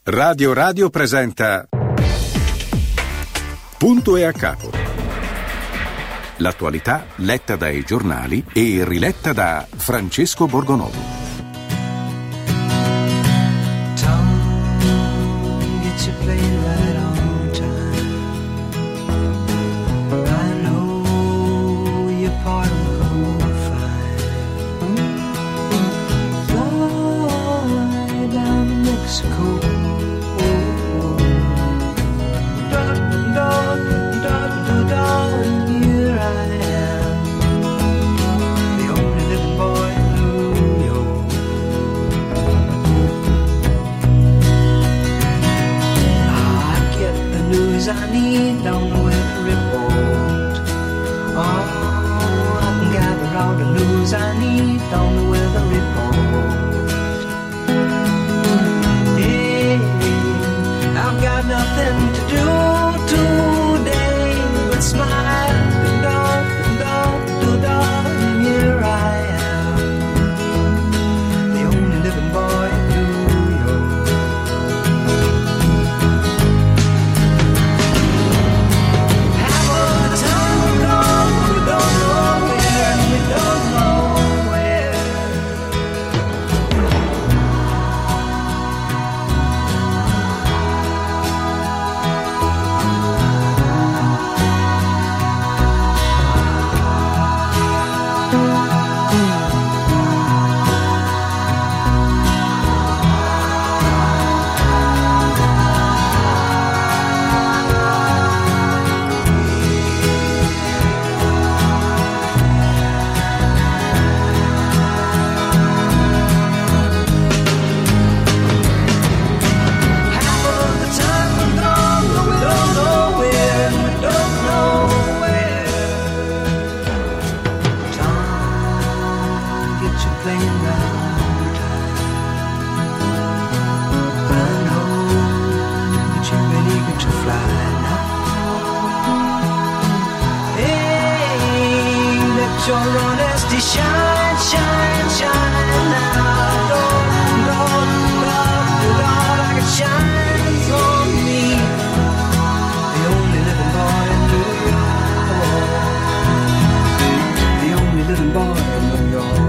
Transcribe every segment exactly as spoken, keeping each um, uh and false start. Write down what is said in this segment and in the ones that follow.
Radio Radio presenta Punto e a capo. L'attualità letta dai giornali e riletta da Francesco Borgonovo. I need on the weather report. Oh, I can gather all the news I need on the weather report. Yeah, I've got nothing to do today but smile and dog and dog and dog. And here I am, the only living boy in New York. Your honesty shine, shine, shine now. Lord, Lord, Lord, Lord, I can shine on me. The only living boy in New York. The only living boy in New York.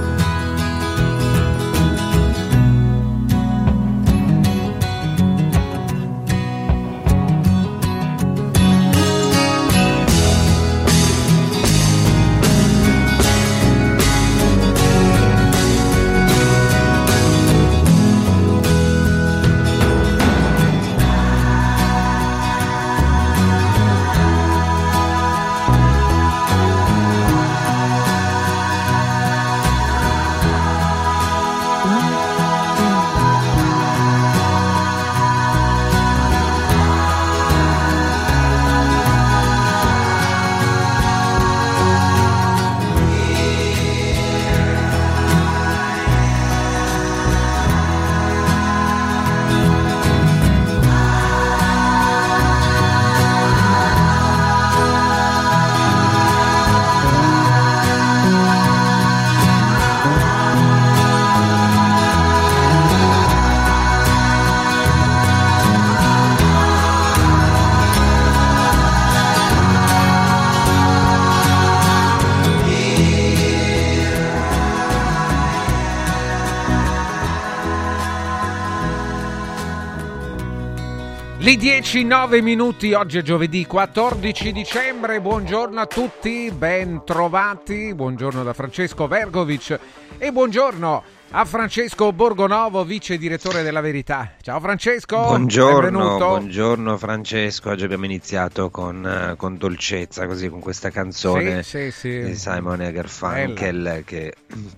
Le dieci e nove minuti, oggi è giovedì quattordici dicembre, buongiorno a tutti, ben trovati, buongiorno da Francesco Vergovic e buongiorno a Francesco Borgonovo, vice direttore della Verità. Ciao Francesco, buongiorno, benvenuto. Buongiorno Francesco, oggi abbiamo iniziato con, con dolcezza, così con questa canzone sì, sì, sì. di Simon e Garfunkel che...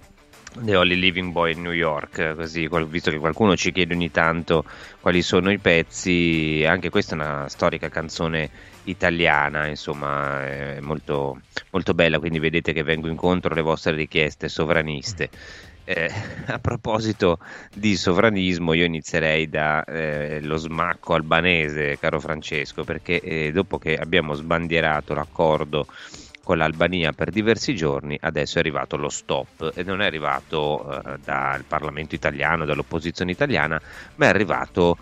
The Only Living Boy in New York, così, visto che qualcuno ci chiede ogni tanto quali sono i pezzi, anche questa è una storica canzone italiana, insomma, è molto, molto bella, quindi vedete che vengo incontro alle vostre richieste sovraniste. Eh, a proposito di sovranismo, io inizierei da eh, lo smacco albanese, caro Francesco, perché eh, dopo che abbiamo sbandierato l'accordo con l'Albania per diversi giorni, adesso è arrivato lo stop, e non è arrivato eh, dal Parlamento italiano, dall'opposizione italiana, ma è arrivato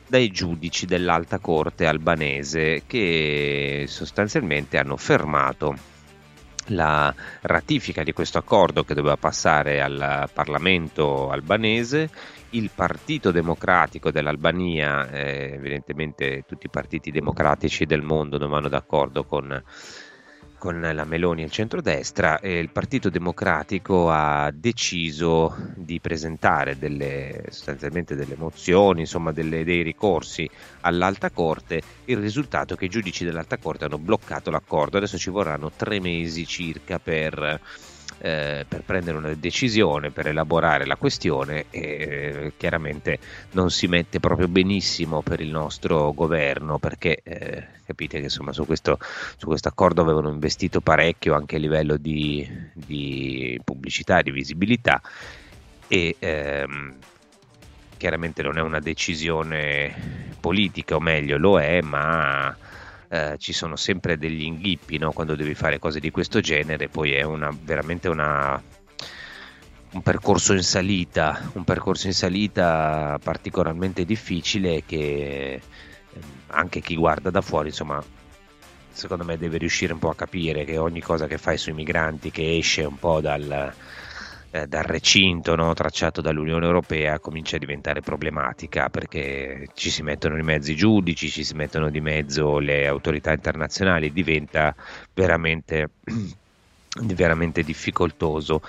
dai giudici dell'Alta Corte albanese, che sostanzialmente hanno fermato la ratifica di questo accordo che doveva passare al Parlamento albanese. Il Partito Democratico dell'Albania, eh, evidentemente tutti i partiti democratici del mondo non vanno d'accordo con, con la Meloni e il centrodestra, e il Partito Democratico ha deciso di presentare delle, sostanzialmente delle mozioni, insomma delle, dei ricorsi all'Alta Corte. Il risultato è che i giudici dell'Alta Corte hanno bloccato l'accordo. Adesso ci vorranno tre mesi circa per Eh, per prendere una decisione, per elaborare la questione, e eh, chiaramente non si mette proprio benissimo per il nostro governo, perché eh, capite che insomma su questo su questo accordo avevano investito parecchio anche a livello di, di pubblicità, di visibilità, e ehm, chiaramente non è una decisione politica, o meglio lo è, ma Eh, ci sono sempre degli inghippi, no? Quando devi fare cose di questo genere, poi è una, veramente una, un percorso in salita, un percorso in salita particolarmente difficile, che eh, anche chi guarda da fuori, insomma, secondo me deve riuscire un po' a capire che ogni cosa che fai sui migranti, che esce un po' dal Eh, dal recinto, no, tracciato dall'Unione Europea, comincia a diventare problematica, perché ci si mettono di mezzo i giudici, ci si mettono di mezzo le autorità internazionali, diventa veramente, veramente difficoltoso.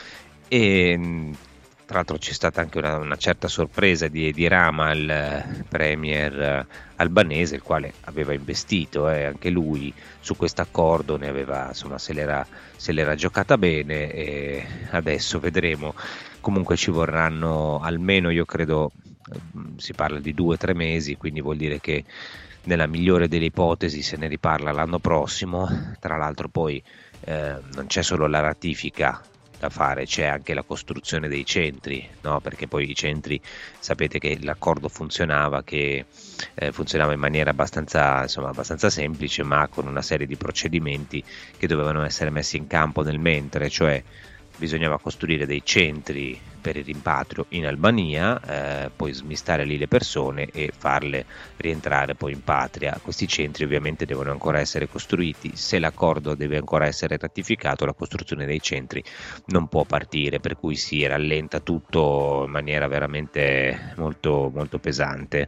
E tra l'altro c'è stata anche una, una certa sorpresa di, di Rama, il premier albanese, il quale aveva investito eh, anche lui su questo accordo, ne aveva, insomma, se l'era, se l'era giocata bene, e adesso vedremo. Comunque ci vorranno almeno, io credo, si parla di due o tre mesi, quindi vuol dire che nella migliore delle ipotesi se ne riparla l'anno prossimo. Tra l'altro poi eh, non c'è solo la ratifica da fare, c'è anche la costruzione dei centri, no? Perché poi i centri, sapete che l'accordo funzionava, che eh, funzionava in maniera abbastanza, insomma, abbastanza semplice, ma con una serie di procedimenti che dovevano essere messi in campo nel mentre, cioè bisognava costruire dei centri per il rimpatrio in Albania, eh, poi smistare lì le persone e farle rientrare poi in patria. Questi centri ovviamente devono ancora essere costruiti. Se l'accordo deve ancora essere ratificato, la costruzione dei centri non può partire, per cui si rallenta tutto in maniera veramente molto, molto pesante.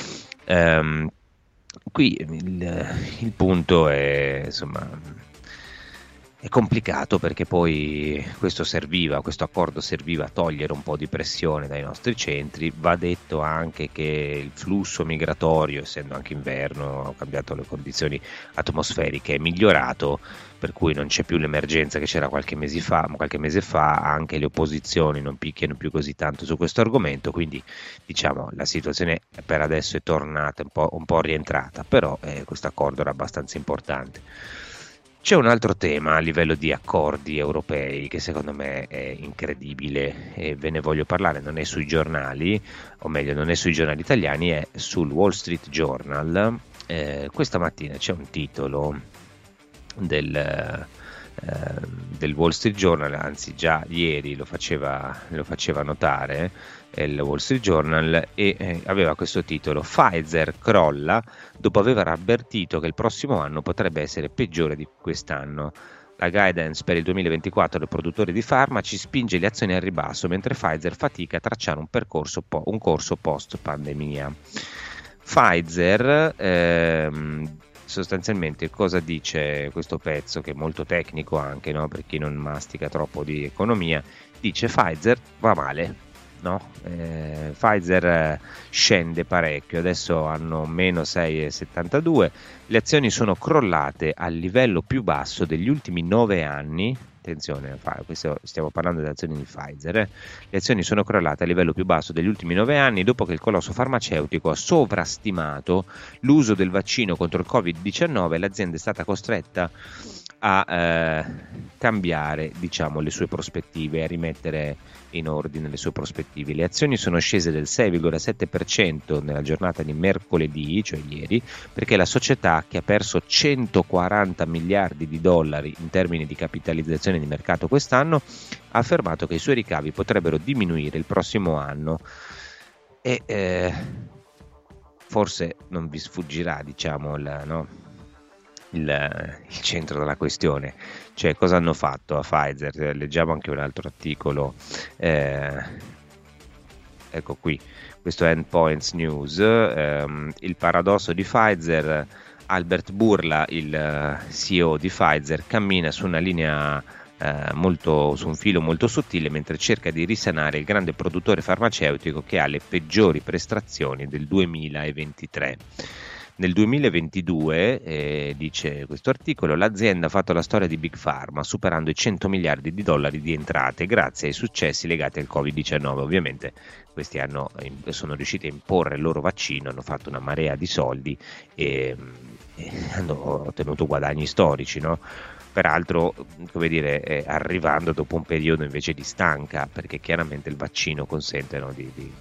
Um, qui il, il punto è, insomma, è complicato, perché poi questo serviva, questo accordo serviva a togliere un po' di pressione dai nostri centri. Va detto anche che il flusso migratorio, essendo anche inverno, hanno cambiato le condizioni atmosferiche, è migliorato, per cui non c'è più l'emergenza che c'era qualche mese fa, qualche mese fa. Anche le opposizioni non picchiano più così tanto su questo argomento, quindi diciamo la situazione per adesso è tornata un po', un po' rientrata, però eh, questo accordo era abbastanza importante. C'è un altro tema a livello di accordi europei che secondo me è incredibile, e ve ne voglio parlare. Non è sui giornali, o meglio non è sui giornali italiani, è sul Wall Street Journal. Eh, questa mattina c'è un titolo del, eh, del Wall Street Journal, anzi già ieri lo faceva, lo faceva notare il Wall Street Journal, e eh, aveva questo titolo: Pfizer crolla dopo aver avvertito che il prossimo anno potrebbe essere peggiore di quest'anno. La guidance per il duemilaventiquattro del produttore di farmaci spinge le azioni al ribasso, mentre Pfizer fatica a tracciare un percorso po- un corso post pandemia. Pfizer ehm, sostanzialmente cosa dice questo pezzo, che è molto tecnico anche, no? Per chi non mastica troppo di economia, dice: Pfizer va male. No? Eh, Pfizer scende parecchio, adesso hanno meno sei virgola settantadue, le azioni sono crollate al livello più basso degli ultimi nove anni. Attenzione, stiamo parlando delle azioni di Pfizer. Eh. Le azioni sono crollate a livello più basso degli ultimi nove anni dopo che il colosso farmaceutico ha sovrastimato l'uso del vaccino contro il covid diciannove. L'azienda è stata costretta a eh, cambiare, diciamo, le sue prospettive, a rimettere in ordine le sue prospettive. Le azioni sono scese del sei virgola sette per cento nella giornata di mercoledì, cioè ieri, perché la società, che ha perso centoquaranta miliardi di dollari in termini di capitalizzazione di mercato quest'anno, ha affermato che i suoi ricavi potrebbero diminuire il prossimo anno. E eh, forse non vi sfuggirà, diciamo, il, no? il, il centro della questione, cioè cosa hanno fatto a Pfizer. Leggiamo anche un altro articolo, eh, ecco qui, questo Endpoints News, ehm, il paradosso di Pfizer. Albert Bourla, il C E O di Pfizer, cammina su una linea eh, molto, su un filo molto sottile mentre cerca di risanare il grande produttore farmaceutico che ha le peggiori prestazioni del duemilaventitré. Nel duemilaventidue, eh, dice questo articolo, l'azienda ha fatto la storia di Big Pharma, superando i cento miliardi di dollari di entrate grazie ai successi legati al covid diciannove. Ovviamente questi hanno, sono riusciti a imporre il loro vaccino, hanno fatto una marea di soldi e, e hanno ottenuto guadagni storici, no? Peraltro, come dire, eh, arrivando dopo un periodo invece di stanca, perché chiaramente il vaccino consente, no, di, di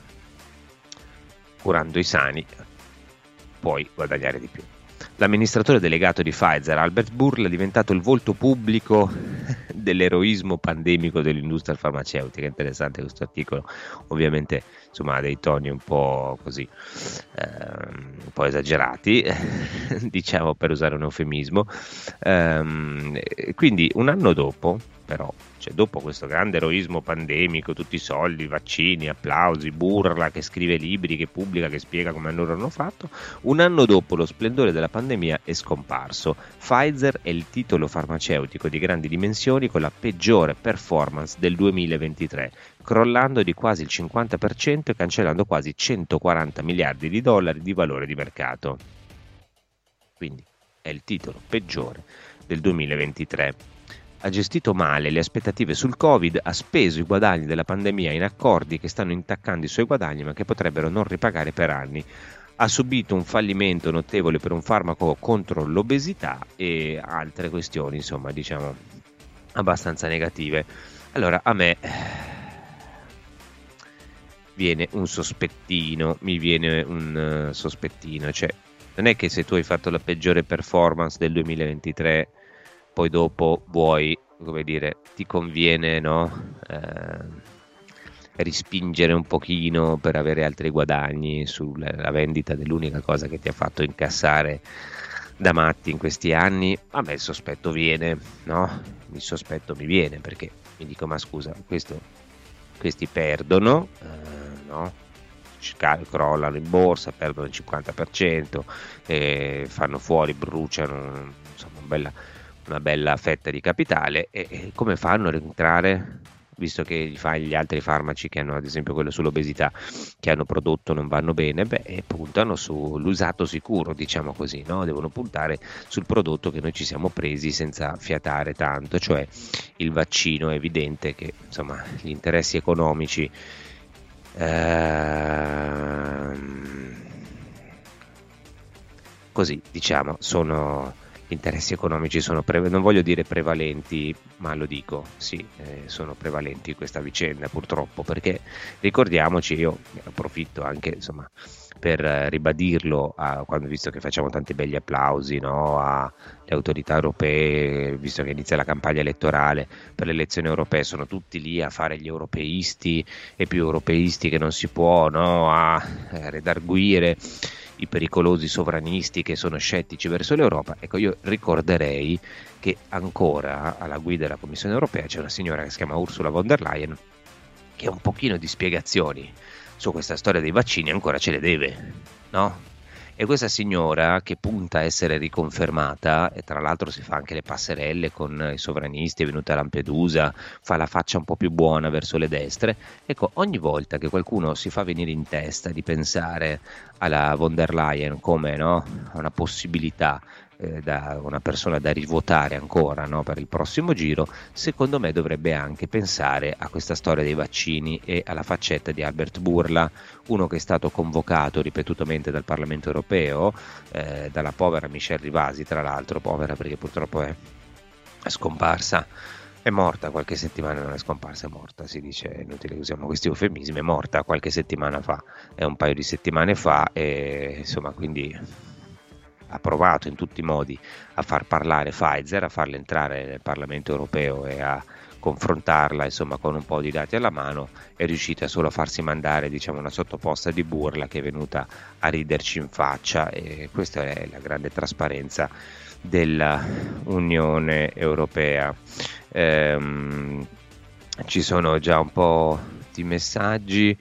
curando i sani puoi guadagnare di più. L'amministratore delegato di Pfizer, Albert Bourla, è diventato il volto pubblico dell'eroismo pandemico dell'industria farmaceutica. Interessante questo articolo, ovviamente insomma ha dei toni un po' così, ehm, un po' esagerati, diciamo, per usare un eufemismo. Ehm, quindi un anno dopo, però, cioè dopo questo grande eroismo pandemico, tutti i soldi, vaccini, applausi, Bourla che scrive libri, che pubblica, che spiega come loro hanno fatto, un anno dopo lo splendore della pandemia è scomparso. Pfizer è il titolo farmaceutico di grandi dimensioni con la peggiore performance del duemilaventitré, crollando di quasi il cinquanta per cento e cancellando quasi centoquaranta miliardi di dollari di valore di mercato. Quindi è il titolo peggiore del duemilaventitré. Ha gestito male le aspettative sul Covid, ha speso i guadagni della pandemia in accordi che stanno intaccando i suoi guadagni ma che potrebbero non ripagare per anni. Ha subito un fallimento notevole per un farmaco contro l'obesità e altre questioni, insomma, diciamo, abbastanza negative. Allora, a me viene un sospettino, mi viene un uh, sospettino, cioè non è che se tu hai fatto la peggiore performance del duemilaventitré poi dopo vuoi, come dire, ti conviene, no? Eh, rispingere un pochino per avere altri guadagni sulla vendita dell'unica cosa che ti ha fatto incassare da matti in questi anni. A me il sospetto viene, no? Il sospetto mi viene perché mi dico, ma scusa, questo, questi perdono, eh, no? Crollano in borsa, perdono il cinquanta per cento, eh, fanno fuori, bruciano, insomma, un bella... una bella fetta di capitale e, e come fanno a rientrare, visto che gli, fa, gli altri farmaci che hanno, ad esempio quello sull'obesità, che hanno prodotto non vanno bene, beh, puntano sull'usato sicuro, diciamo così, no? Devono puntare sul prodotto che noi ci siamo presi senza fiatare tanto, cioè il vaccino. È evidente che insomma gli interessi economici ehm, così diciamo sono interessi economici sono pre- non voglio dire prevalenti, ma lo dico, sì, eh, sono prevalenti in questa vicenda purtroppo, perché ricordiamoci, io approfitto anche insomma per eh, ribadirlo, a, quando visto che facciamo tanti belli applausi, no, alle autorità europee, visto che inizia la campagna elettorale per le elezioni europee, sono tutti lì a fare gli europeisti e più europeisti che non si può, no, a eh, redarguire i pericolosi sovranisti che sono scettici verso l'Europa. Ecco, io ricorderei che ancora alla guida della Commissione Europea c'è una signora che si chiama Ursula von der Leyen, che un pochino di spiegazioni su questa storia dei vaccini ancora ce le deve, no? E questa signora, che punta a essere riconfermata, e tra l'altro si fa anche le passerelle con i sovranisti, è venuta a Lampedusa, fa la faccia un po' più buona verso le destre, ecco, ogni volta che qualcuno si fa venire in testa di pensare alla von der Leyen come, no, una possibilità, eh, da una persona da rivuotare ancora, no, per il prossimo giro, secondo me dovrebbe anche pensare a questa storia dei vaccini e alla faccetta di Albert Bourla, uno che è stato convocato ripetutamente dal Parlamento europeo, eh, dalla povera Michelle Rivasi, tra l'altro, povera perché purtroppo è, è scomparsa, è morta qualche settimana, non è scomparsa, è morta, si dice, è inutile che usiamo questi eufemismi, è morta qualche settimana fa, è un paio di settimane fa, e insomma, quindi ha provato in tutti i modi a far parlare Pfizer, a farla entrare nel Parlamento europeo e a confrontarla insomma con un po' di dati alla mano, è riuscita solo a farsi mandare diciamo una sottoposta di burla che è venuta a riderci in faccia, e questa è la grande trasparenza dell'Unione Europea. Ehm, ci sono già un po' di messaggi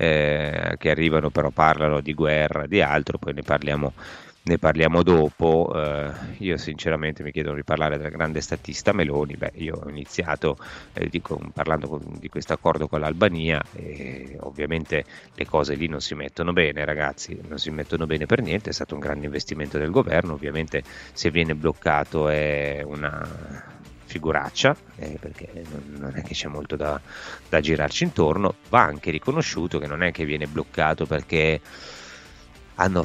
eh, che arrivano, però parlano di guerra, di altro, poi ne parliamo Ne parliamo dopo. Eh, io sinceramente mi chiedono di parlare della grande statista Meloni. Beh, io ho iniziato eh, dico, parlando con, di questo accordo con l'Albania, e ovviamente le cose lì non si mettono bene, ragazzi, non si mettono bene per niente. È stato un grande investimento del governo, ovviamente se viene bloccato è una figuraccia, eh, perché non, non è che c'è molto da, da girarci intorno. Va anche riconosciuto che non è che viene bloccato perché hanno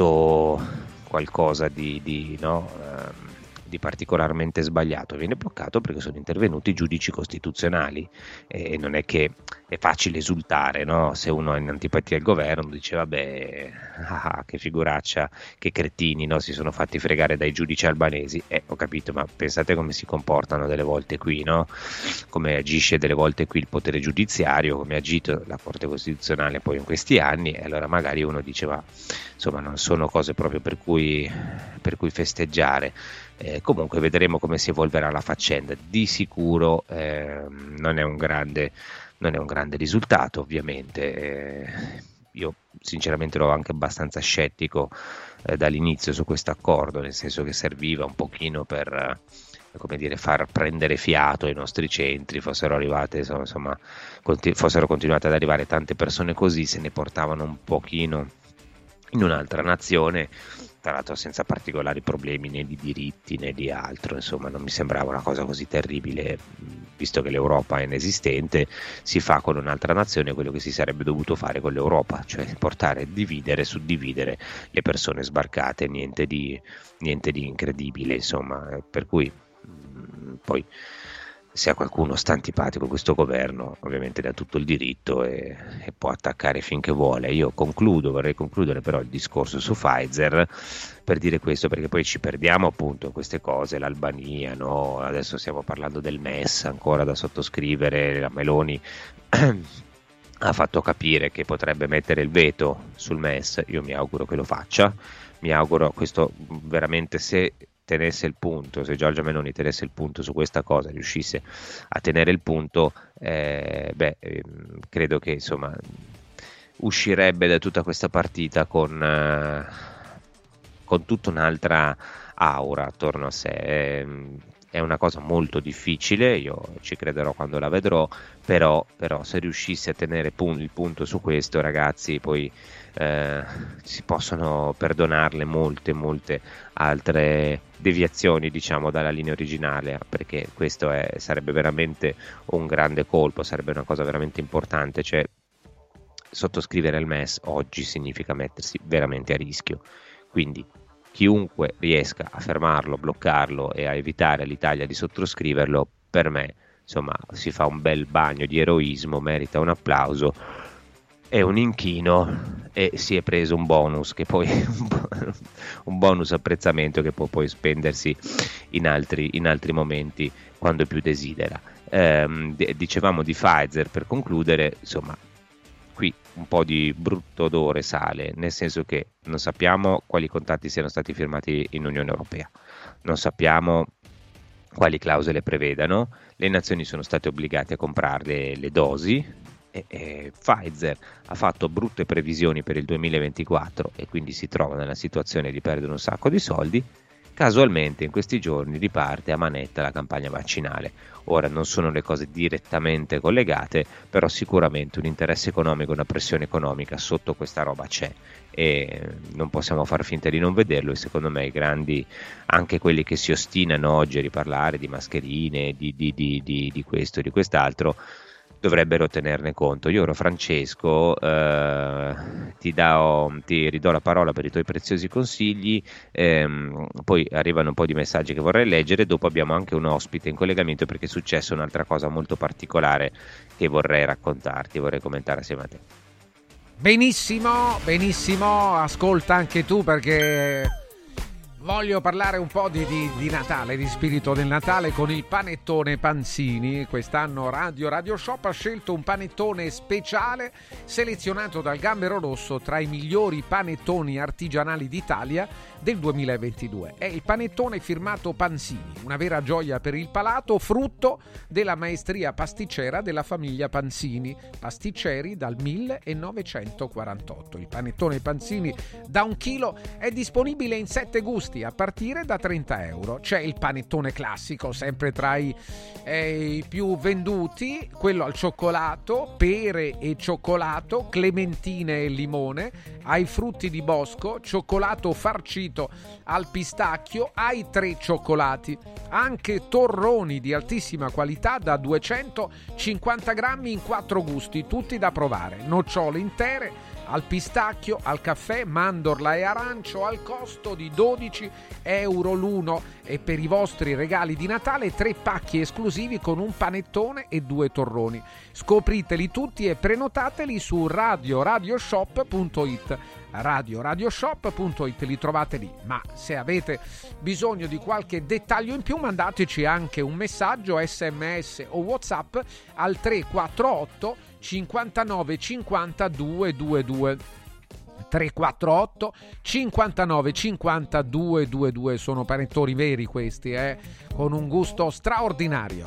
fatto qualcosa di, di, no, ehm, di particolarmente sbagliato, viene bloccato perché sono intervenuti i giudici costituzionali, e non è che è facile esultare, no? Se uno è in antipatia al governo dice vabbè, ah, che figuraccia, che cretini, no? Si sono fatti fregare dai giudici albanesi. Eh, ho capito, ma pensate come si comportano delle volte qui, no? Come agisce delle volte qui il potere giudiziario, come ha agito la Corte Costituzionale poi in questi anni, e allora magari uno dice ma insomma non sono cose proprio per cui, per cui festeggiare. Eh, comunque vedremo come si evolverà la faccenda. Di sicuro eh, non è un grande non è un grande risultato, ovviamente. Eh, io sinceramente ero anche abbastanza scettico eh, dall'inizio su questo accordo, nel senso che serviva un pochino per eh, come dire, far prendere fiato ai nostri centri, fossero arrivate insomma, insomma conti- fossero continuate ad arrivare tante persone così, se ne portavano un pochino in un'altra nazione, tra l'altro senza particolari problemi né di diritti né di altro. Insomma, non mi sembrava una cosa così terribile, visto che l'Europa è inesistente. Si fa con un'altra nazione quello che si sarebbe dovuto fare con l'Europa, cioè portare, dividere, suddividere le persone sbarcate, niente di, niente di incredibile, insomma. Per cui mh, poi se a qualcuno sta antipatico questo governo, ovviamente dà tutto il diritto e, e può attaccare finché vuole. Io concludo, vorrei concludere però il discorso su Pfizer per dire questo, perché poi ci perdiamo appunto queste cose, l'Albania, no? Adesso stiamo parlando del M E S ancora da sottoscrivere, la Meloni ha fatto capire che potrebbe mettere il veto sul M E S, io mi auguro che lo faccia, mi auguro questo veramente, se tenesse il punto, se Giorgia Meloni tenesse il punto su questa cosa, riuscisse a tenere il punto, eh, beh, eh, credo che insomma uscirebbe da tutta questa partita con, eh, con tutta un'altra aura attorno a sé. È, è una cosa molto difficile, io ci crederò quando la vedrò, però, però se riuscisse a tenere pun- il punto su questo, ragazzi, poi eh, si possono perdonarle molte, molte altre deviazioni, diciamo, dalla linea originale, perché questo è, sarebbe veramente un grande colpo, sarebbe una cosa veramente importante. Cioè, sottoscrivere il M E S oggi significa mettersi veramente a rischio, quindi chiunque riesca a fermarlo, bloccarlo e a evitare all'Italia di sottoscriverlo, per me insomma si fa un bel bagno di eroismo, merita un applauso e un inchino, e si è preso un bonus, che poi un bonus apprezzamento che può poi spendersi in altri, in altri momenti quando più desidera. Ehm, dicevamo di Pfizer, per concludere, insomma qui un po' di brutto odore sale, nel senso che non sappiamo quali contratti siano stati firmati in Unione Europea, non sappiamo quali clausole prevedano, le nazioni sono state obbligate a comprare le dosi, e, e Pfizer ha fatto brutte previsioni per il duemilaventiquattro e quindi si trova nella situazione di perdere un sacco di soldi. Casualmente in questi giorni riparte a manetta la campagna vaccinale. Ora non sono le cose direttamente collegate, però sicuramente un interesse economico, una pressione economica sotto questa roba c'è, e non possiamo far finta di non vederlo. E secondo me i grandi, anche quelli che si ostinano oggi a riparlare di mascherine, di, di, di, di, di questo e di quest'altro, dovrebbero tenerne conto. Io ora, Francesco, eh, ti, do, ti ridò la parola per i tuoi preziosi consigli, ehm, poi arrivano un po' di messaggi che vorrei leggere, dopo abbiamo anche un ospite in collegamento perché è successa un'altra cosa molto particolare che vorrei raccontarti, vorrei commentare assieme a te. Benissimo, benissimo, ascolta anche tu, perché Voglio parlare un po' di, di, di Natale, di spirito del Natale con il panettone Panzini. Quest'anno Radio Radio Shop ha scelto un panettone speciale selezionato dal Gambero Rosso tra i migliori panettoni artigianali d'Italia del duemilaventidue. È il panettone firmato Panzini, una vera gioia per il palato, frutto della maestria pasticcera della famiglia Panzini, pasticceri dal millenovecentoquarantotto. Il panettone Panzini da un chilo è disponibile in sette gusti a partire da trenta euro. C'è il panettone classico, sempre tra i, eh, i più venduti, quello al cioccolato, pere e cioccolato, clementine e limone, ai frutti di bosco, cioccolato farcito al pistacchio, ai tre cioccolati, anche torroni di altissima qualità da duecentocinquanta grammi in quattro gusti, tutti da provare, nocciole intere al pistacchio, al caffè, mandorla e arancio, al costo di dodici euro l'uno, e per i vostri regali di Natale tre pacchi esclusivi con un panettone e due torroni. Scopriteli tutti e prenotateli su radio radio shop punto it. radio radio shop punto it, li trovate lì. Ma se avete bisogno di qualche dettaglio in più, mandateci anche un messaggio sms o WhatsApp al tre quattro otto cinquantanove cinquanta duecentoventidue. tre quattro otto cinquantanove cinquanta duecentoventidue. Sono panettoni veri questi, eh? Con un gusto straordinario.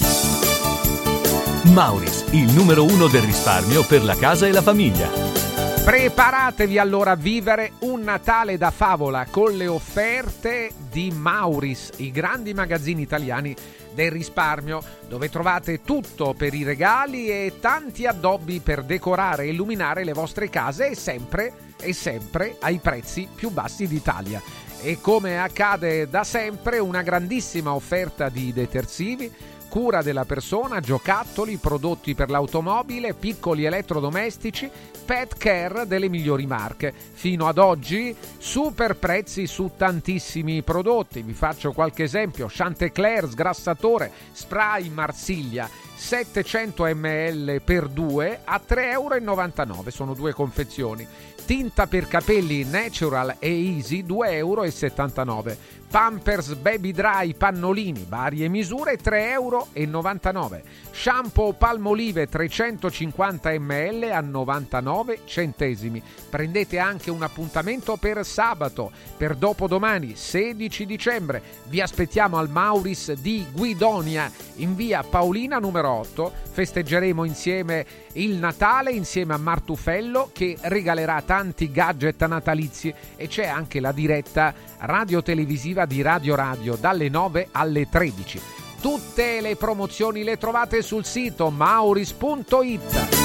Mauris, il numero uno del risparmio per la casa e la famiglia. Preparatevi allora a vivere un Natale da favola con le offerte di Mauris, i grandi magazzini italiani del risparmio, dove trovate tutto per i regali e tanti addobbi per decorare e illuminare le vostre case, e sempre e sempre ai prezzi più bassi d'Italia. E come accade da sempre, una grandissima offerta di detersivi, cura della persona, giocattoli, prodotti per l'automobile, piccoli elettrodomestici, pet care delle migliori marche. Fino ad oggi super prezzi su tantissimi prodotti. Vi faccio qualche esempio: Chantecler sgrassatore spray Marsiglia settecento millilitri per due a tre e novantanove euro, sono due confezioni. Tinta per capelli Natural e Easy due e settantanove euro. Pampers Baby Dry pannolini varie misure tre e novantanove euro. Shampoo Palmolive trecentocinquanta millilitri a novantanove centesimi. Prendete anche un appuntamento per sabato, per dopodomani sedici dicembre. Vi aspettiamo al Mauris di Guidonia in via Paolina numero otto. Festeggeremo insieme il Natale insieme a Martufello, che regalerà tanti gadget natalizi, e c'è anche la diretta radio-televisiva di Radio Radio dalle nove alle tredici. Tutte le promozioni le trovate sul sito mauris punto it.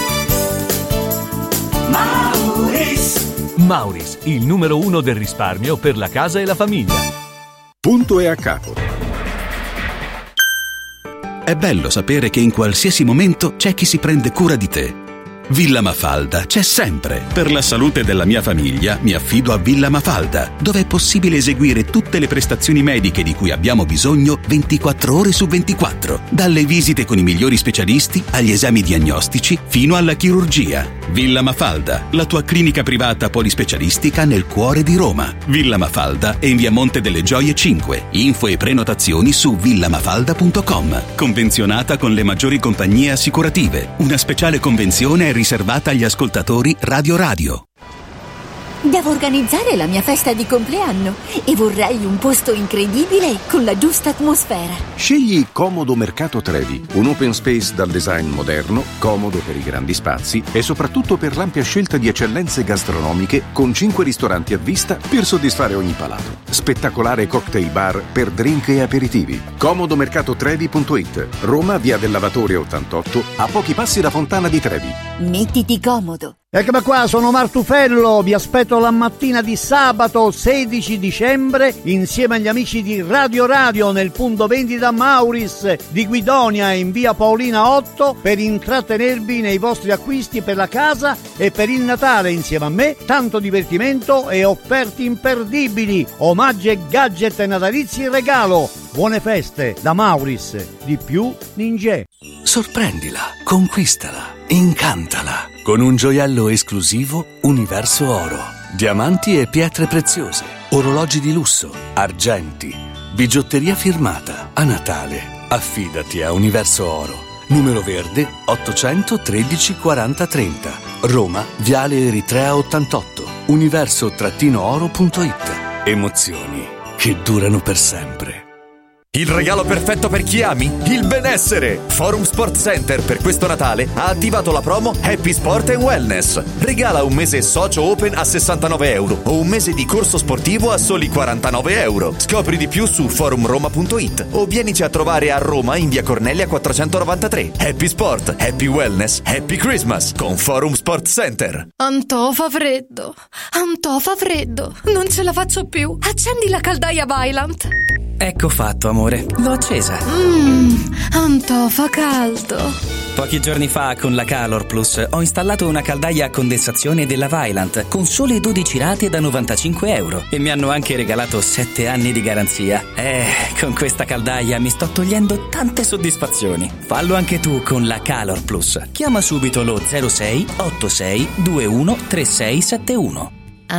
Mauris. Mauris, il numero uno del risparmio per la casa e la famiglia. Punto e a capo. È bello sapere che in qualsiasi momento c'è chi si prende cura di te. Villa Mafalda c'è sempre. Per la salute della mia famiglia mi affido a Villa Mafalda, dove è possibile eseguire tutte le prestazioni mediche di cui abbiamo bisogno ventiquattro ore su ventiquattro, dalle visite con i migliori specialisti agli esami diagnostici fino alla chirurgia. Villa Mafalda, la tua clinica privata polispecialistica nel cuore di Roma. Villa Mafalda è in via Monte delle Gioie cinque. Info e prenotazioni su villamafalda punto com. Convenzionata con le maggiori compagnie assicurative. Una speciale convenzione è riservata agli ascoltatori Radio Radio. Devo organizzare la mia festa di compleanno e vorrei un posto incredibile con la giusta atmosfera. Scegli Comodo Mercato Trevi, un open space dal design moderno, comodo per i grandi spazi e soprattutto per l'ampia scelta di eccellenze gastronomiche con cinque ristoranti a vista per soddisfare ogni palato. Spettacolare cocktail bar per drink e aperitivi. comodo mercato trevi punto it. Roma, via del Lavatore ottantotto, a pochi passi da Fontana di Trevi. Mettiti comodo. Eccomi qua, sono Martufello, vi aspetto la mattina di sabato sedici dicembre insieme agli amici di Radio Radio nel punto vendita Mauris di Guidonia in via Paolina otto per intrattenervi nei vostri acquisti per la casa e per il Natale insieme a me. Tanto divertimento e offerte imperdibili, omaggi e gadget natalizi in regalo. Buone feste da Mauris, di più Ninja. Sorprendila, conquistala, incantala con un gioiello esclusivo Universo Oro. Diamanti e pietre preziose, orologi di lusso, argenti, bigiotteria firmata. A Natale, affidati a Universo Oro. Numero verde ottocentotredici quaranta trenta. Roma, Viale Eritrea ottantotto. universo oro punto it. Emozioni che durano per sempre. Il regalo perfetto per chi ami? Il benessere! Forum Sport Center per questo Natale ha attivato la promo Happy Sport and Wellness. Regala un mese socio open a sessantanove euro o un mese di corso sportivo a soli quarantanove euro. Scopri di più su forum roma punto it o vienici a trovare a Roma in via Cornelia quattrocentonovantatré. Happy Sport, Happy Wellness, Happy Christmas con Forum Sport Center. Antò fa freddo, Antò fa freddo, non ce la faccio più. Accendi la caldaia Vaillant. Ecco fatto, amore. L'ho accesa. Mmm, Antò fa caldo. Pochi giorni fa con la Calor Plus ho installato una caldaia a condensazione della Vaillant con sole dodici rate da novantacinque euro e mi hanno anche regalato sette anni di garanzia. Eh, con questa caldaia mi sto togliendo tante soddisfazioni. Fallo anche tu con la Calor Plus. Chiama subito lo zero sei ottantasei ventuno trentasei settantuno.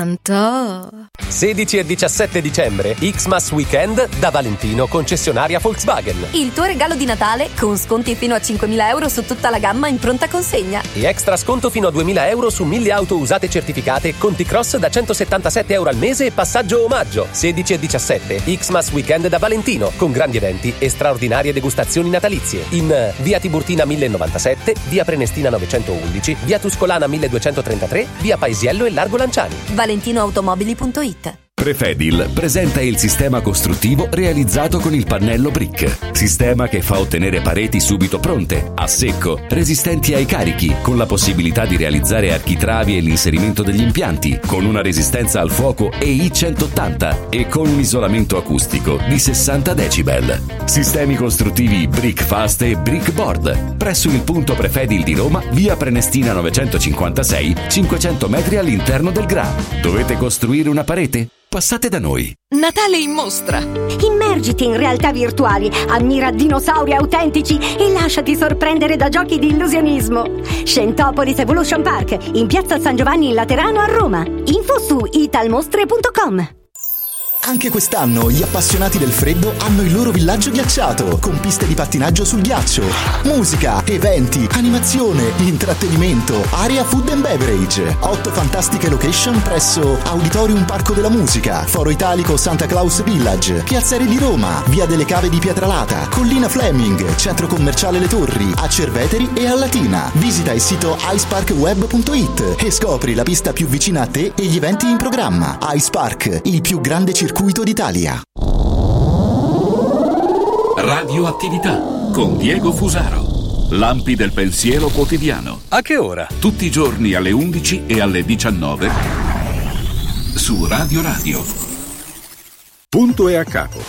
Antò. sedici e diciassette dicembre, Xmas Weekend da Valentino, concessionaria Volkswagen. Il tuo regalo di Natale con sconti fino a cinquemila euro su tutta la gamma in pronta consegna. E extra sconto fino a duemila euro su mille auto usate certificate con T-Cross da centosettantasette euro al mese e passaggio omaggio. sedici e diciassette, Xmas Weekend da Valentino, con grandi eventi e straordinarie degustazioni natalizie. In via Tiburtina mille novantasette, via Prenestina novecentoundici, via Tuscolana milleduecentotrentatré, via Paesiello e Largo Lanciani. valentino automobili punto it. Prefedil presenta il sistema costruttivo realizzato con il pannello brick. Sistema che fa ottenere pareti subito pronte, a secco, resistenti ai carichi, con la possibilità di realizzare architravi e l'inserimento degli impianti, con una resistenza al fuoco E I centottanta e con un isolamento acustico di sessanta decibel. Sistemi costruttivi Brick Fast e Brick Board. Presso il punto Prefedil di Roma, via Prenestina novecentocinquantasei, cinquecento metri all'interno del Gra. Dovete costruire una parete? Passate da noi. Natale in mostra. Immergiti in realtà virtuali, ammira dinosauri autentici e lasciati sorprendere da giochi di illusionismo. Scentopolis Evolution Park, in piazza San Giovanni in Laterano a Roma. Info su italmostre punto com. Anche quest'anno gli appassionati del freddo hanno il loro villaggio ghiacciato, con piste di pattinaggio sul ghiaccio, musica, eventi, animazione, intrattenimento, area food and beverage, otto fantastiche location presso Auditorium Parco della Musica, Foro Italico Santa Claus Village, Piazzere di Roma, Via delle Cave di Pietralata, Collina Fleming, Centro Commerciale Le Torri, a Cerveteri e a Latina. Visita il sito ice park web punto it e scopri la pista più vicina a te e gli eventi in programma. Ice Park, il più grande circuito d'Italia. Radioattività con Diego Fusaro. Lampi del pensiero quotidiano. A che ora? Tutti i giorni alle undici e alle diciannove su Radio Radio. Punto e a capo.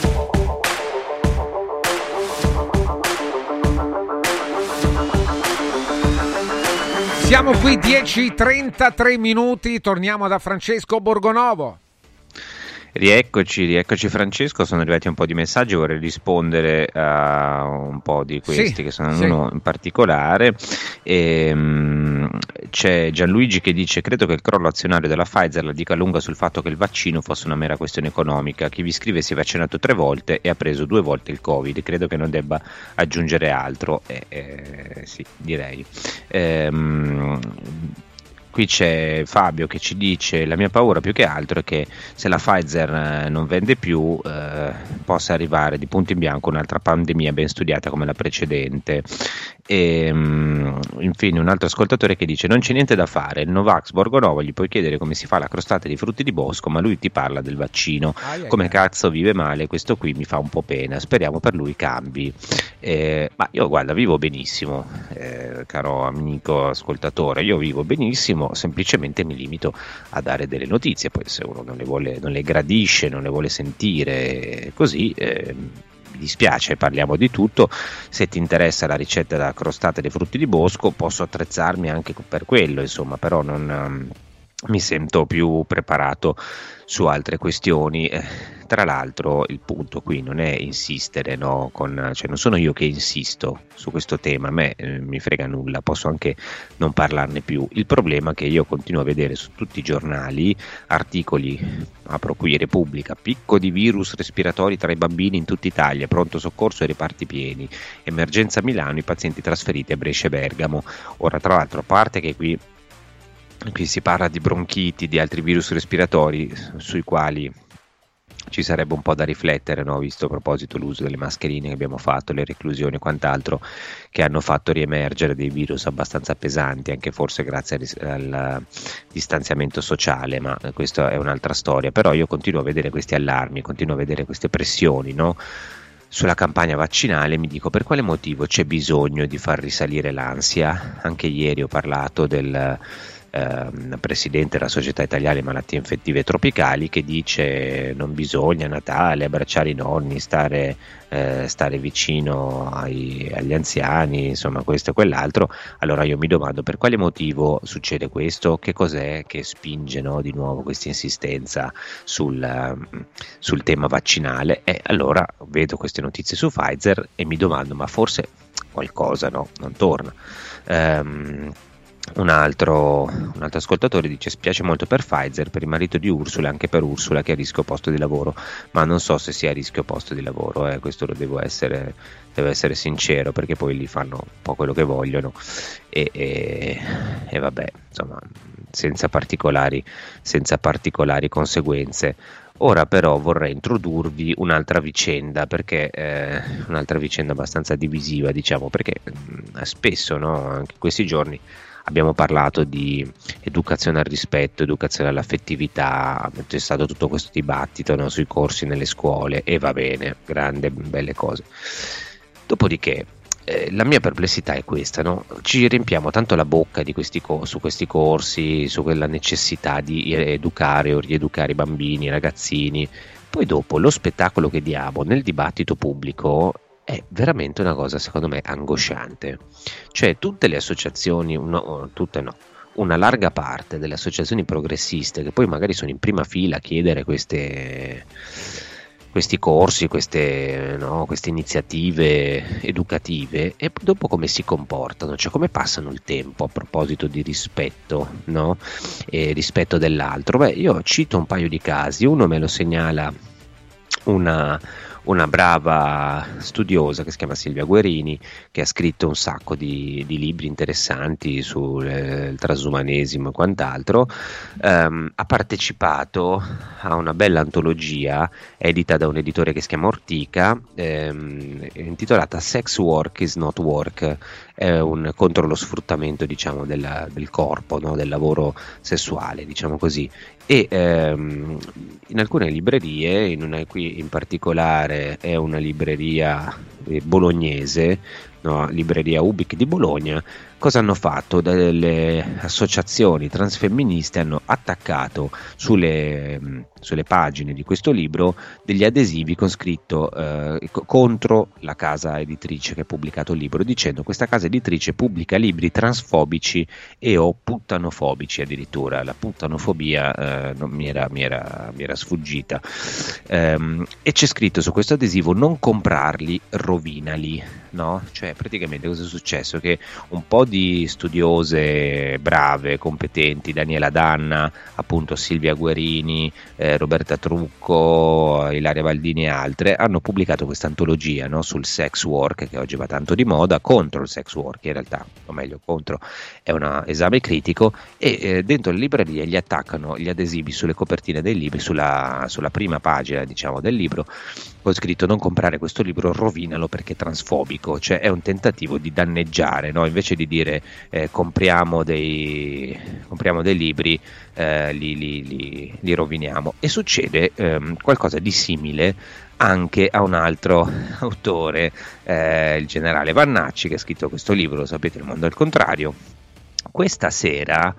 Siamo qui dieci e trentatré minuti, torniamo da Francesco Borgonovo. Rieccoci, rieccoci Francesco, sono arrivati un po' di messaggi, vorrei rispondere a un po' di questi, sì, che sono sì. Uno in particolare. E, um, c'è Gianluigi che dice: credo che il crollo azionario della Pfizer la dica lunga sul fatto che il vaccino fosse una mera questione economica. Chi vi scrive si è vaccinato tre volte e ha preso due volte il Covid, credo che non debba aggiungere altro. Eh, eh, sì, direi. Ehm, Qui c'è Fabio che ci dice: la mia paura più che altro è che se la Pfizer non vende più eh, possa arrivare di punto in bianco un'altra pandemia ben studiata come la precedente. E um, infine un altro ascoltatore che dice: non c'è niente da fare, il Novax Borgonovo gli puoi chiedere come si fa la crostata di frutti di bosco, ma lui ti parla del vaccino. Ah, come yeah. Cazzo vive male, questo qui mi fa un po' pena, speriamo per lui cambi. Eh, ma io guarda, vivo benissimo, eh, caro amico ascoltatore, io vivo benissimo, semplicemente mi limito a dare delle notizie, poi se uno non le vuole, non le gradisce, non le vuole sentire così, eh, mi dispiace, parliamo di tutto. Se ti interessa la ricetta della crostata dei frutti di bosco posso attrezzarmi anche per quello, insomma, però non um, mi sento più preparato su altre questioni. Eh, tra l'altro il punto qui non è insistere, no, con, cioè non sono io che insisto su questo tema, a me eh, mi frega nulla, posso anche non parlarne più. Il problema è che io continuo a vedere su tutti i giornali articoli, apro qui Repubblica, picco di virus respiratori tra i bambini in tutta Italia, pronto soccorso e reparti pieni, emergenza a Milano, i pazienti trasferiti a Brescia e Bergamo. Ora, tra l'altro, a parte che qui Qui si parla di bronchiti, di altri virus respiratori sui quali ci sarebbe un po' da riflettere, no? Visto a proposito l'uso delle mascherine che abbiamo fatto, le reclusioni e quant'altro, che hanno fatto riemergere dei virus abbastanza pesanti, anche forse grazie al, al distanziamento sociale, ma questa è un'altra storia. Però io continuo a vedere questi allarmi, continuo a vedere queste pressioni, no? Sulla campagna vaccinale. Mi dico, per quale motivo c'è bisogno di far risalire l'ansia? Anche ieri ho parlato del Uh, presidente della Società Italiana di Malattie Infettive Tropicali, che dice non bisogna a Natale abbracciare i nonni, stare, uh, stare vicino ai, agli anziani, insomma questo e quell'altro. Allora io mi domando per quale motivo succede questo, che cos'è che spinge, no, di nuovo questa insistenza sul, uh, sul tema vaccinale. E allora vedo queste notizie su Pfizer e mi domando, ma forse qualcosa, no, non torna. Um, Un altro, un altro ascoltatore dice: spiace molto per Pfizer, per il marito di Ursula, anche per Ursula che è a rischio posto di lavoro, ma non so se sia a rischio posto di lavoro, eh, questo lo devo essere, devo essere sincero, perché poi lì fanno un po' quello che vogliono e, e, e vabbè, insomma, senza particolari, senza particolari conseguenze. Ora però vorrei introdurvi un'altra vicenda, perché eh, un'altra vicenda abbastanza divisiva, diciamo, perché mh, spesso, no, anche in questi giorni abbiamo parlato di educazione al rispetto, educazione all'affettività, c'è stato tutto questo dibattito, no, sui corsi nelle scuole, e va bene, grande, belle cose. Dopodiché eh, la mia perplessità è questa, no? Ci riempiamo tanto la bocca di questi co- su questi corsi, su quella necessità di educare o rieducare i bambini, i ragazzini, poi dopo lo spettacolo che diamo nel dibattito pubblico è veramente una cosa, secondo me, angosciante. Cioè tutte le associazioni, no, tutte no, una larga parte delle associazioni progressiste, che poi magari sono in prima fila a chiedere queste, questi corsi, queste, no, queste iniziative educative, e dopo come si comportano, cioè come passano il tempo a proposito di rispetto, no? E rispetto dell'altro. Beh, io cito un paio di casi, uno me lo segnala una... una brava studiosa che si chiama Silvia Guerini, che ha scritto un sacco di, di libri interessanti sul eh, transumanesimo e quant'altro. Um, ha partecipato a una bella antologia edita da un editore che si chiama Ortica, ehm, intitolata Sex Work is Not Work, è un contro lo sfruttamento, diciamo, della, del corpo, no? Del lavoro sessuale, diciamo così. E ehm, in alcune librerie, in una qui in particolare è una libreria eh, bolognese, no? Libreria Ubic di Bologna, cosa hanno fatto? Delle associazioni transfemministe hanno attaccato sulle, sulle pagine di questo libro degli adesivi con scritto eh, contro la casa editrice che ha pubblicato il libro, dicendo: questa casa editrice pubblica libri transfobici e o puttanofobici. Addirittura la puttanofobia eh, non mi era, mi era, mi era sfuggita, ehm, e c'è scritto su questo adesivo: non comprarli, rovinali, no? Cioè praticamente cosa è successo? Che un po' di studiose brave, competenti, Daniela Danna, appunto Silvia Guerini, eh, Roberta Trucco, Ilaria Baldini e altre, hanno pubblicato questa antologia, no, sul sex work, che oggi va tanto di moda, contro il sex work in realtà, o meglio contro, è un esame critico, e eh, dentro le librerie gli attaccano gli adesivi sulle copertine dei libri, sulla, sulla prima pagina, diciamo, del libro, con scritto: non comprare questo libro, rovinalo perché è transfobico. Cioè è un tentativo di danneggiare, no? Invece di dire eh, compriamo, dei, compriamo dei libri, eh, li, li, li, li roviniamo. E succede ehm, qualcosa di simile anche a un altro autore, eh, il generale Vannacci, che ha scritto questo libro, lo sapete, Il mondo al contrario. Questa sera,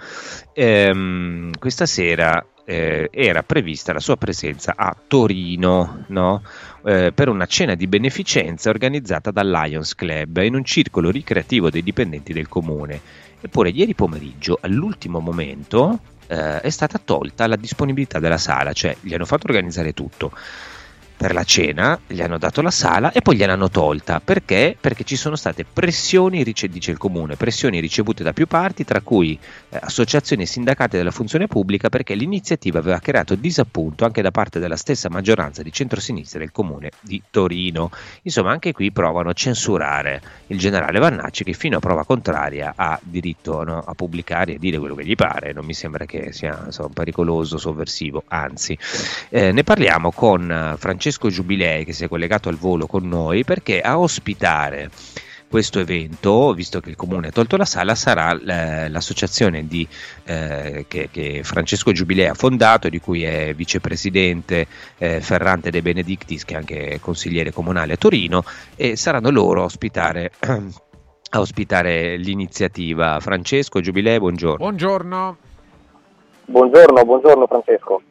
ehm, questa sera eh, era prevista la sua presenza a Torino, no? Eh, per una cena di beneficenza organizzata dal Lions Club in un circolo ricreativo dei dipendenti del comune. Eppure ieri pomeriggio, all'ultimo momento, eh, è stata tolta la disponibilità della sala, cioè gli hanno fatto organizzare tutto. per la cena, gli hanno dato la sala e poi gliel'hanno tolta. Perché? Perché ci sono state pressioni, dice il comune, pressioni ricevute da più parti, tra cui eh, associazioni e sindacati della funzione pubblica, perché l'iniziativa aveva creato disappunto anche da parte della stessa maggioranza di centrosinistra del comune di Torino. Insomma, anche qui provano a censurare il generale Vannacci, che fino a prova contraria ha diritto, no, a pubblicare e dire quello che gli pare. Non mi sembra che sia, insomma, pericoloso, sovversivo, anzi. Eh, ne parliamo con uh, Francesco Giubilei, che si è collegato al volo con noi, perché a ospitare questo evento, visto che il comune ha tolto la sala, sarà l- l'associazione di, eh, che, che Francesco Giubilei ha fondato, di cui è vicepresidente eh, Ferrante De Benedictis, che è anche consigliere comunale a Torino, e saranno loro a ospitare a ospitare l'iniziativa. Francesco Giubilei, buongiorno. Buongiorno. Buongiorno, buongiorno Francesco.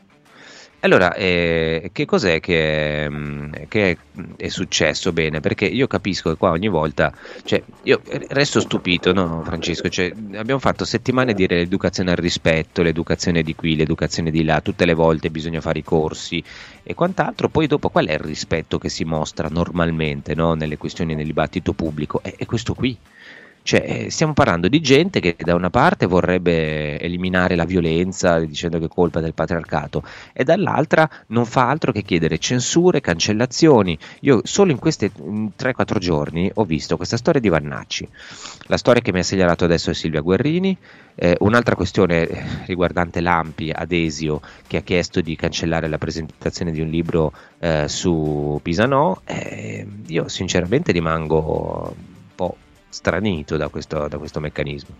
Allora, eh, che cos'è che, che è, è successo bene? Perché io capisco che qua ogni volta, cioè, io resto stupito, no Francesco? Cioè, abbiamo fatto settimane a dire l'educazione al rispetto, l'educazione di qui, l'educazione di là, tutte le volte bisogna fare i corsi e quant'altro, poi dopo qual è il rispetto che si mostra normalmente, no? Nelle questioni, nel dibattito pubblico? È, è questo qui. Cioè, stiamo parlando di gente che da una parte vorrebbe eliminare la violenza dicendo che è colpa del patriarcato e dall'altra non fa altro che chiedere censure, cancellazioni. Io solo in questi tre quattro giorni ho visto questa storia di Vannacci, la storia che mi ha segnalato adesso è Silvia Guerrini, eh, un'altra questione riguardante l'Ampi Adesio, che ha chiesto di cancellare la presentazione di un libro eh, su Pisanò. Eh, io sinceramente rimango un po' stranito da questo, da questo meccanismo.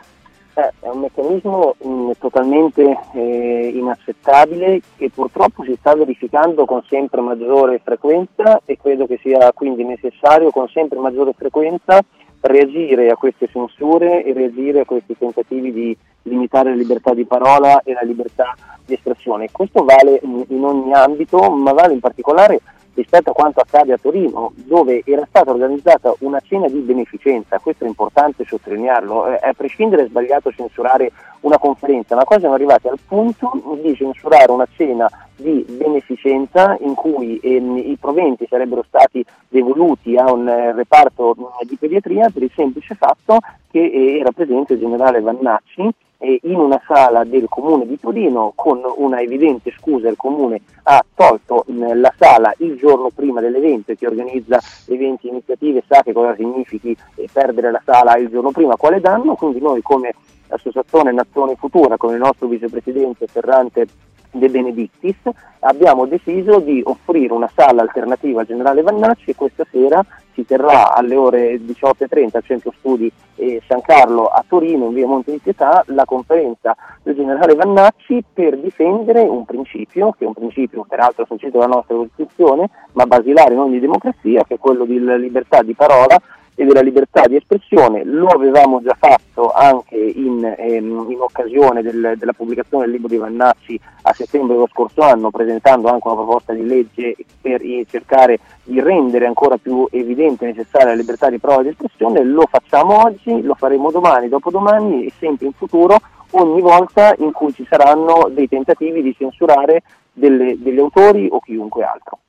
Eh, è un meccanismo mh, totalmente eh, inaccettabile, che purtroppo si sta verificando con sempre maggiore frequenza, e credo che sia quindi necessario con sempre maggiore frequenza reagire a queste censure e reagire a questi tentativi di limitare la libertà di parola e la libertà di espressione. Questo vale in, in ogni ambito, ma vale in particolare rispetto a quanto accade a Torino, dove era stata organizzata una cena di beneficenza. Questo è importante sottolinearlo. Eh, a prescindere è sbagliato censurare una conferenza, ma qua siamo arrivati al punto di censurare una cena di beneficenza in cui ehm, i proventi sarebbero stati devoluti a un eh, reparto mh, di pediatria, per il semplice fatto che eh, era presente il generale Vannacci eh, in una sala del comune di Torino. Con una evidente scusa il comune ha tolto mh, la sala il giorno prima dell'evento, e chi organizza eventi e iniziative sa che cosa significhi eh, perdere la sala il giorno prima, quale danno. Quindi noi come Associazione Nazione Futura, con il nostro vicepresidente Ferrante De Benedictis, abbiamo deciso di offrire una sala alternativa al generale Vannacci, e questa sera si terrà alle ore diciotto e trenta al Centro Studi eh, San Carlo a Torino, in via Monte di Pietà, la conferenza del generale Vannacci per difendere un principio, che è un principio peraltro sancito dalla nostra Costituzione, ma basilare in ogni democrazia, che è quello di libertà di parola e della libertà di espressione. Lo avevamo già fatto anche in, ehm, in occasione del, della pubblicazione del libro di Vannacci a settembre dello scorso anno, presentando anche una proposta di legge per cercare di rendere ancora più evidente e necessaria la libertà di parola e di espressione. Lo facciamo oggi, lo faremo domani, dopodomani e sempre in futuro, ogni volta in cui ci saranno dei tentativi di censurare delle, degli autori o chiunque altro.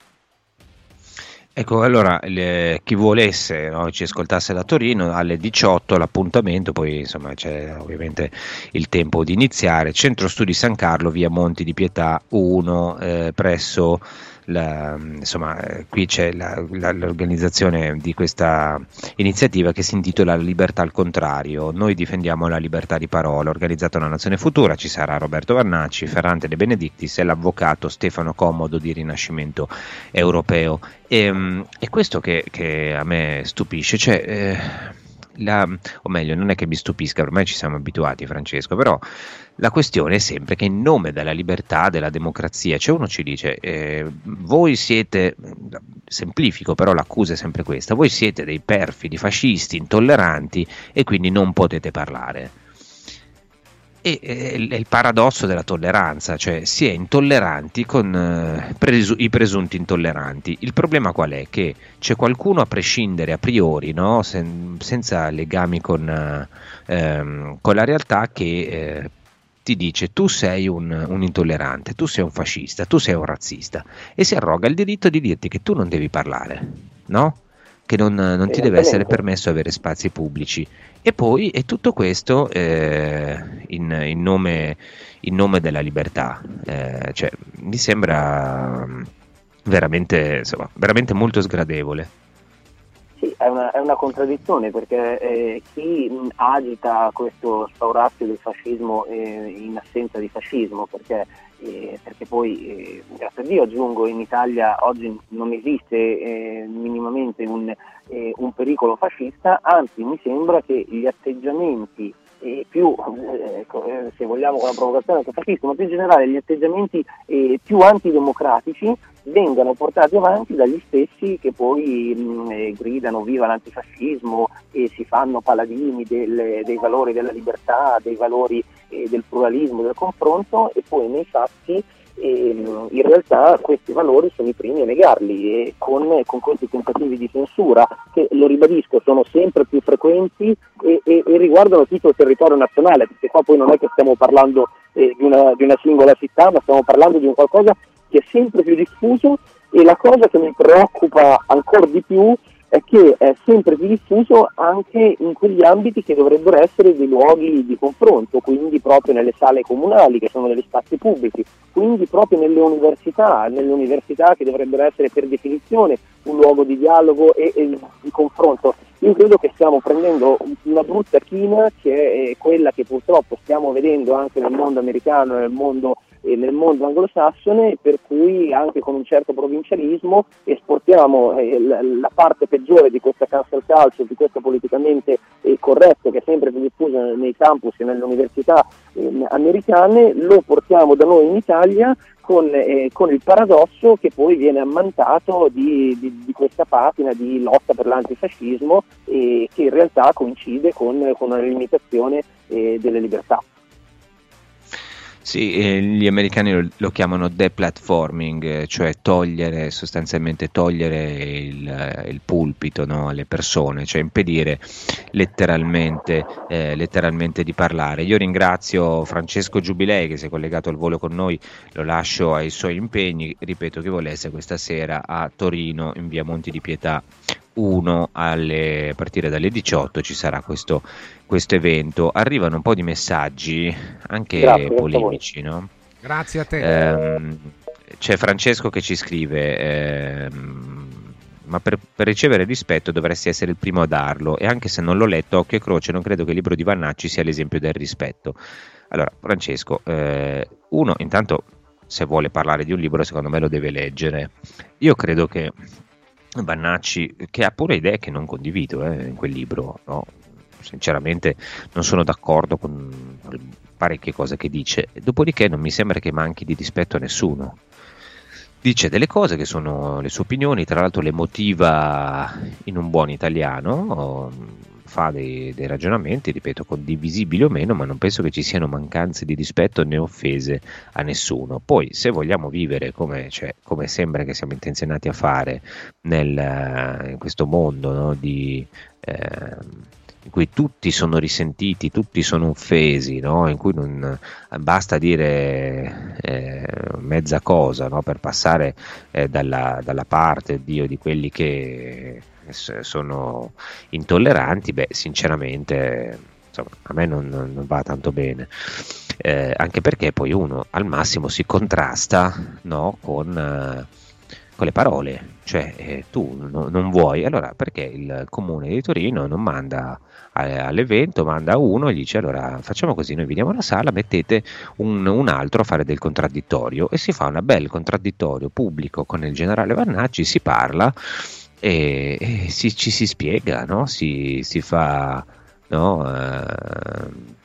Ecco, allora le, chi volesse, no, ci ascoltasse da Torino alle diciotto l'appuntamento, poi insomma c'è ovviamente il tempo di iniziare. Centro Studi San Carlo, via Monti di Pietà uno, eh, presso la, insomma eh, qui c'è la, la, l'organizzazione di questa iniziativa che si intitola Libertà al contrario. Noi difendiamo la libertà di parola, organizzata da Nazione Futura. Ci sarà Roberto Vannacci, Ferrante De Benedictis e l'avvocato Stefano Comodo di Rinascimento Europeo. E, è questo che, che a me stupisce, cioè eh, la, o meglio, non è che mi stupisca, ormai ci siamo abituati, Francesco, però la questione è sempre che in nome della libertà, della democrazia, cioè uno ci dice eh, voi siete, semplifico però l'accusa è sempre questa, voi siete dei perfidi fascisti, intolleranti e quindi non potete parlare. E è il paradosso della tolleranza, cioè si è intolleranti con eh, presu- i presunti intolleranti. Il problema qual è? Che c'è qualcuno a prescindere a priori, no? Sen- senza legami con, eh, ehm, con la realtà, che eh, ti ti dice tu sei un, un intollerante, tu sei un fascista, tu sei un razzista, e si arroga il diritto di dirti che tu non devi parlare, no? Che non, non ti deve essere permesso avere spazi pubblici. E poi è tutto questo eh, in, in, nome, in nome della libertà. Eh, cioè, mi sembra veramente, insomma, veramente molto sgradevole. Sì, è una, è una contraddizione, perché eh, chi mh, agita questo spaurazio del fascismo eh, in assenza di fascismo, perché, eh, perché poi, eh, grazie a Dio aggiungo, in Italia oggi non esiste eh, minimamente un, eh, un pericolo fascista, anzi mi sembra che gli atteggiamenti eh, più, eh, se vogliamo con la provocazione anche fascista, ma più in generale gli atteggiamenti eh, più antidemocratici vengano portati avanti dagli stessi che poi mh, eh, gridano viva l'antifascismo e si fanno paladini del, dei valori della libertà, dei valori eh, del pluralismo, del confronto, e poi nei fatti eh, in realtà questi valori sono i primi a negarli, e con, con questi tentativi di censura che, lo ribadisco, sono sempre più frequenti e, e, e riguardano tutto il territorio nazionale, perché qua poi non è che stiamo parlando eh, di, una, di una singola città, ma stiamo parlando di un qualcosa che è sempre più diffuso, e la cosa che mi preoccupa ancora di più è che è sempre più diffuso anche in quegli ambiti che dovrebbero essere dei luoghi di confronto, quindi proprio nelle sale comunali, che sono degli spazi pubblici, quindi proprio nelle università, nelle università che dovrebbero essere per definizione un luogo di dialogo e, e di confronto. Io credo che stiamo prendendo una brutta china, che è quella che purtroppo stiamo vedendo anche nel mondo americano e nel mondo e nel mondo anglosassone, per cui anche con un certo provincialismo esportiamo eh, la, la parte peggiore di questa cancel culture, di questo politicamente eh, corretto che è sempre più diffuso nei campus e nelle università eh, americane, lo portiamo da noi in Italia con, eh, con il paradosso che poi viene ammantato di, di, di questa patina di lotta per l'antifascismo, eh, che in realtà coincide con, con una limitazione eh, delle libertà. Sì, eh, gli americani lo, lo chiamano deplatforming, eh, cioè togliere, sostanzialmente togliere il, il pulpito, no, alle persone, cioè impedire letteralmente, eh, letteralmente di parlare. Io ringrazio Francesco Giubilei che si è collegato al volo con noi, lo lascio ai suoi impegni, ripeto, chi volesse questa sera a Torino in via Monti di Pietà uno alle, a partire dalle diciotto ci sarà questo, questo evento. Arrivano un po' di messaggi anche Grazie, polemici, no? Grazie a te. Eh, c'è Francesco che ci scrive eh, ma per, per ricevere rispetto dovresti essere il primo a darlo, e anche se non l'ho letto occhio e croce non credo che il libro di Vannacci sia l'esempio del rispetto. Allora Francesco, eh, uno intanto se vuole parlare di un libro secondo me lo deve leggere. Io credo che Vannacci, che ha pure idee che non condivido eh, in quel libro, no? Sinceramente non sono d'accordo con parecchie cose che dice, dopodiché non mi sembra che manchi di rispetto a nessuno. Dice delle cose che sono le sue opinioni, tra l'altro le motiva in un buon italiano, fa dei, dei ragionamenti, ripeto, condivisibili o meno, ma non penso che ci siano mancanze di rispetto né offese a nessuno. Poi se vogliamo vivere come, cioè, come sembra che siamo intenzionati a fare nel, in questo mondo, no, di... Eh, in cui tutti sono risentiti, tutti sono offesi, no? In cui non basta dire eh, mezza cosa, no? Per passare eh, dalla, dalla parte Dio di quelli che sono intolleranti, beh sinceramente insomma, a me non, non va tanto bene, eh, anche perché poi uno al massimo si contrasta, no? con... Eh, con le parole, cioè eh, tu no, non vuoi, allora perché il comune di Torino non manda a, all'evento, manda uno e gli dice allora facciamo così, noi veniamo alla sala, mettete un, un altro a fare del contraddittorio, e si fa un bel contraddittorio pubblico con il generale Vannacci, si parla e, e si, ci si spiega, no? si, si fa no? Eh,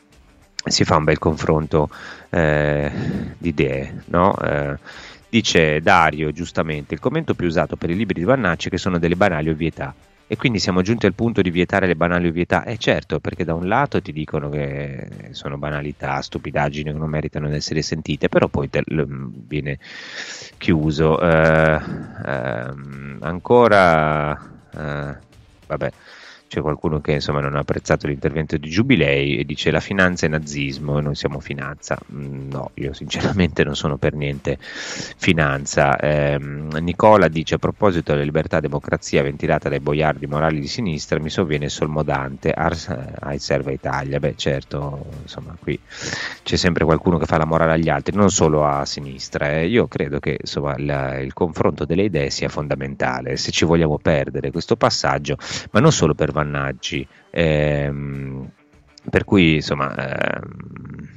si fa un bel confronto eh, di idee, no? Eh, Dice Dario, giustamente, il commento più usato per i libri di Vannacci è che sono delle banali ovvietà, e quindi siamo giunti al punto di vietare le banali ovvietà. Eh certo, perché da un lato ti dicono che sono banalità, stupidaggini che non meritano di essere sentite, però poi te, l, viene chiuso. Eh, eh, ancora, eh, vabbè, c'è qualcuno che insomma non ha apprezzato l'intervento di Giubilei e dice la finanza è nazismo e noi siamo finanza. No, io sinceramente non sono per niente finanza. Eh, Nicola dice a proposito della libertà e democrazia ventilata dai boiardi morali di sinistra mi sovviene Solmodante, Ars ai serva Italia. Beh certo, insomma qui c'è sempre qualcuno che fa la morale agli altri, non solo a sinistra. Eh. Io credo che insomma la, il confronto delle idee sia fondamentale se ci vogliamo perdere questo passaggio, ma non solo per vannaggi, ehm, per cui insomma ehm,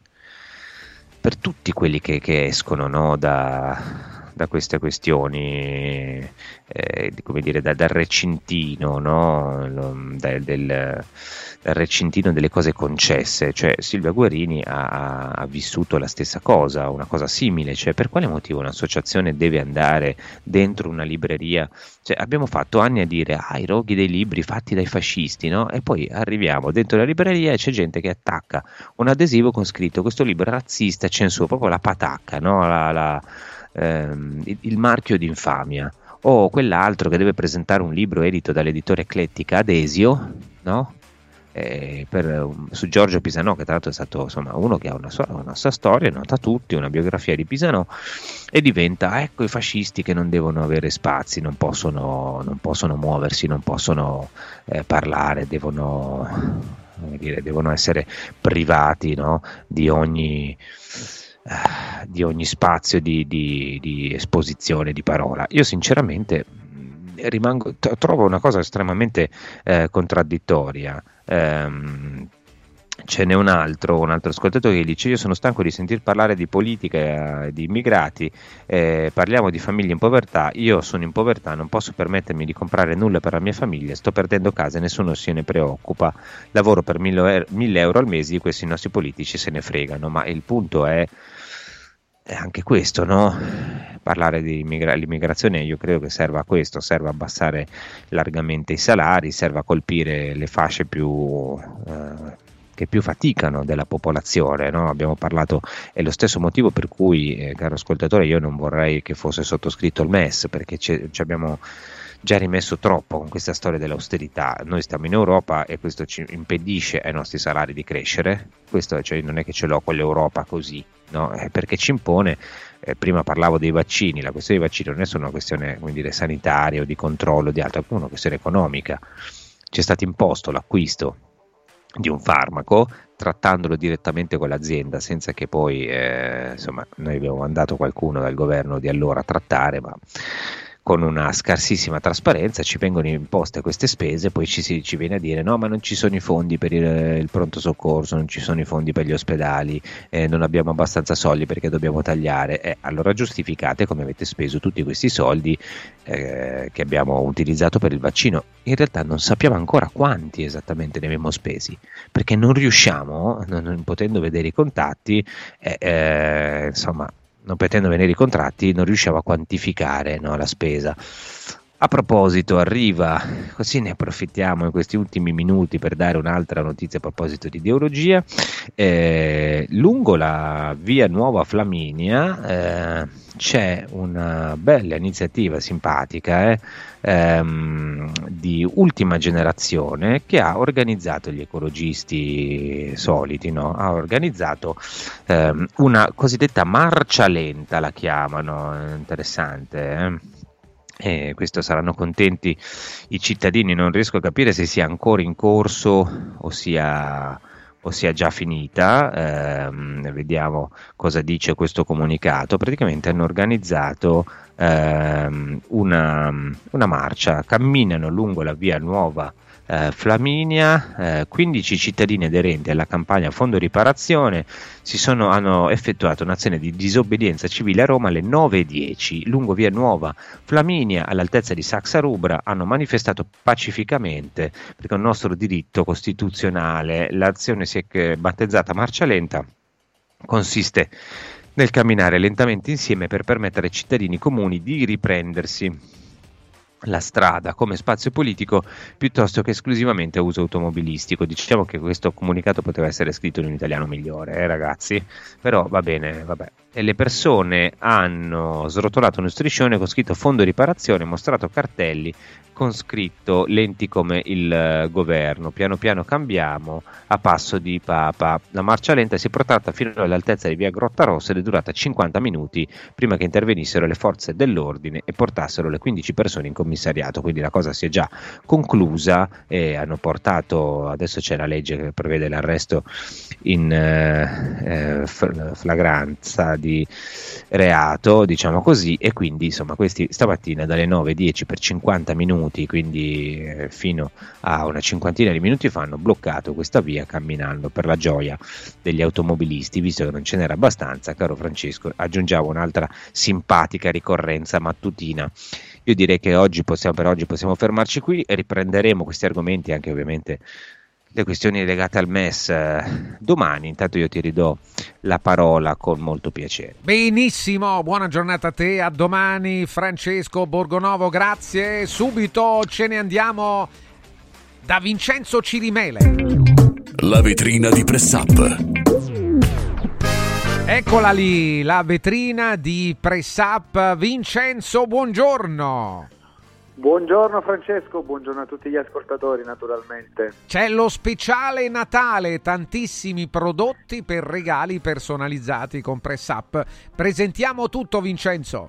per tutti quelli che, che escono, no, da, da queste questioni, eh, come dire, da, dal recintino, no, Lo, da, del, dal recintino delle cose concesse. Cioè Silvia Guerini ha, ha vissuto la stessa cosa, una cosa simile. Cioè, per quale motivo un'associazione deve andare dentro una libreria? Cioè, abbiamo fatto anni a dire ah, i roghi dei libri fatti dai fascisti, no? E poi arriviamo dentro la libreria e c'è gente che attacca un adesivo con scritto questo libro è razzista, censura, proprio la patacca, no? la, la, ehm, il, il marchio di infamia. O quell'altro che deve presentare un libro edito dall'editore Eclettica Adesio, no? Eh, per, su Giorgio Pisanò, che tra l'altro è stato insomma uno che ha una sua, una sua storia, nota a tutti, una biografia di Pisanò, e diventa ecco i fascisti che non devono avere spazi, non possono, non possono muoversi, non possono eh, parlare, devono, come dire, devono essere privati, no, di ogni eh, di ogni spazio di, di, di esposizione, di parola. Io sinceramente rimango, t- trovo una cosa estremamente eh, contraddittoria. Um, ce n'è un altro, un altro ascoltatore che dice io sono stanco di sentir parlare di politica, eh, di immigrati, eh, parliamo di famiglie in povertà, io sono in povertà, non posso permettermi di comprare nulla per la mia famiglia, sto perdendo casa e nessuno se ne preoccupa, lavoro per mille euro al mese, di questi nostri politici se ne fregano. Ma il punto è è anche questo, no? Parlare di immigra- l'immigrazione io credo che serva a questo, serve a abbassare largamente i salari, serve a colpire le fasce più eh, che più faticano della popolazione, no? Abbiamo parlato, è lo stesso motivo per cui, eh, caro ascoltatore, io non vorrei che fosse sottoscritto il M E S, perché ci abbiamo già rimesso troppo con questa storia dell'austerità. Noi stiamo in Europa e questo ci impedisce ai nostri salari di crescere. Questo, cioè, non è che ce l'ho con l'Europa così, no? È perché ci impone. Eh, prima parlavo dei vaccini, la questione dei vaccini non è solo una questione, come dire, sanitaria o di controllo di altro, è una questione economica. Ci è stato imposto l'acquisto di un farmaco trattandolo direttamente con l'azienda senza che poi eh, insomma noi abbiamo mandato qualcuno dal governo di allora a trattare, ma con una scarsissima trasparenza ci vengono imposte queste spese, poi ci, si, ci viene a dire no, ma non ci sono i fondi per il, il pronto soccorso, non ci sono i fondi per gli ospedali, eh, non abbiamo abbastanza soldi perché dobbiamo tagliare. Eh, allora giustificate come avete speso tutti questi soldi eh, che abbiamo utilizzato per il vaccino. In realtà non sappiamo ancora quanti esattamente ne abbiamo spesi, perché non riusciamo, non, non potendo vedere i contatti, eh, eh, insomma, non potendo vedere i contratti, non riusciamo a quantificare, no, la spesa. A proposito, arriva, così ne approfittiamo in questi ultimi minuti per dare un'altra notizia a proposito di ideologia. Eh, lungo la via Nuova Flaminia eh, c'è una bella iniziativa simpatica eh, ehm, di ultima generazione che ha organizzato, gli ecologisti soliti, no? Ha organizzato ehm, una cosiddetta marcia lenta, la chiamano, interessante, eh? E questo saranno contenti i cittadini. Non riesco a capire se sia ancora in corso o sia, o sia già finita. Ehm, vediamo cosa dice questo comunicato. Praticamente hanno organizzato ehm, una, una marcia, camminano lungo la via Nuova Eh, Flaminia, eh, quindici cittadini aderenti alla campagna Fondo Riparazione si sono, hanno effettuato un'azione di disobbedienza civile a Roma alle nove e dieci lungo via Nuova Flaminia all'altezza di Saxa Rubra. Hanno manifestato pacificamente perché è un nostro diritto costituzionale. L'azione si è battezzata marcia lenta, consiste nel camminare lentamente insieme per permettere ai cittadini comuni di riprendersi la strada come spazio politico piuttosto che esclusivamente a uso automobilistico. Diciamo che questo comunicato poteva essere scritto in un italiano migliore, eh, ragazzi, però va bene, vabbè. e le persone hanno srotolato uno striscione con scritto fondo riparazione, mostrato cartelli con scritto lenti come il governo, piano piano cambiamo a passo di papa. La marcia lenta si è protratta fino all'altezza di via Grottarossa ed è durata cinquanta minuti prima che intervenissero le forze dell'ordine e portassero le quindici persone in commissariato, quindi la cosa si è già conclusa e hanno portato, adesso c'è la legge che prevede l'arresto in eh, flagranza di reato, diciamo così, e quindi insomma questi stamattina dalle nove e dieci per cinquanta minuti, quindi eh, fino a una cinquantina di minuti fa, hanno bloccato questa via camminando per la gioia degli automobilisti, visto che non ce n'era abbastanza. Caro Francesco, aggiungiamo un'altra simpatica ricorrenza mattutina. Io direi che oggi possiamo, per oggi possiamo fermarci qui e riprenderemo questi argomenti, anche ovviamente le questioni legate al M E S eh, domani. Intanto io ti ridò la parola con molto piacere. Benissimo, buona giornata a te, a domani Francesco Borgonovo, grazie. Subito ce ne andiamo da Vincenzo Cirimele. La vetrina di Press Up. Eccola lì, la vetrina di Press Up. Vincenzo, buongiorno. Buongiorno Francesco, buongiorno a tutti gli ascoltatori naturalmente. C'è lo speciale Natale, tantissimi prodotti per regali personalizzati con Press Up. Presentiamo tutto, Vincenzo.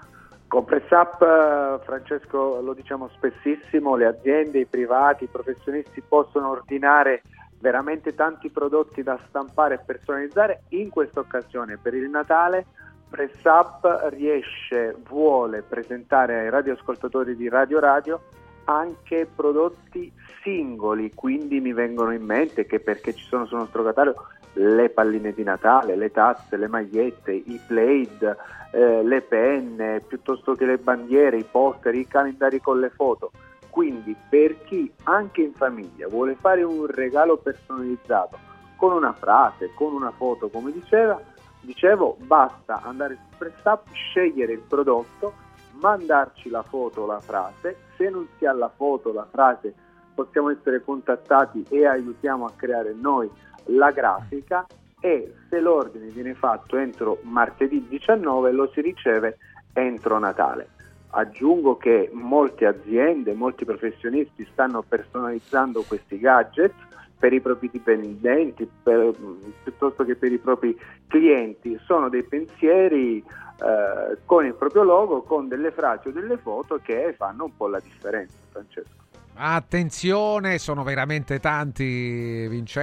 Con Press Up, Francesco, lo diciamo spessissimo, le aziende, i privati, i professionisti possono ordinare veramente tanti prodotti da stampare e personalizzare. In questa occasione per il Natale Press Up riesce, vuole presentare ai radioascoltatori di Radio Radio anche prodotti singoli, quindi mi vengono in mente che, perché ci sono sul nostro catalogo, le palline di Natale, le tazze, le magliette, i plaid, eh, le penne, piuttosto che le bandiere, i poster, i calendari con le foto. Quindi per chi anche in famiglia vuole fare un regalo personalizzato con una frase, con una foto, come diceva, dicevo, basta andare su Press Up, scegliere il prodotto, mandarci la foto o la frase. Se non si ha la foto o la frase possiamo essere contattati e aiutiamo a creare noi la grafica, e se l'ordine viene fatto entro martedì diciannove lo si riceve entro Natale. Aggiungo che molte aziende, molti professionisti stanno personalizzando questi gadget per i propri dipendenti, per, piuttosto che per i propri clienti. Sono dei pensieri eh, con il proprio logo, con delle frasi o delle foto che fanno un po' la differenza, Francesco. Attenzione, sono veramente tanti,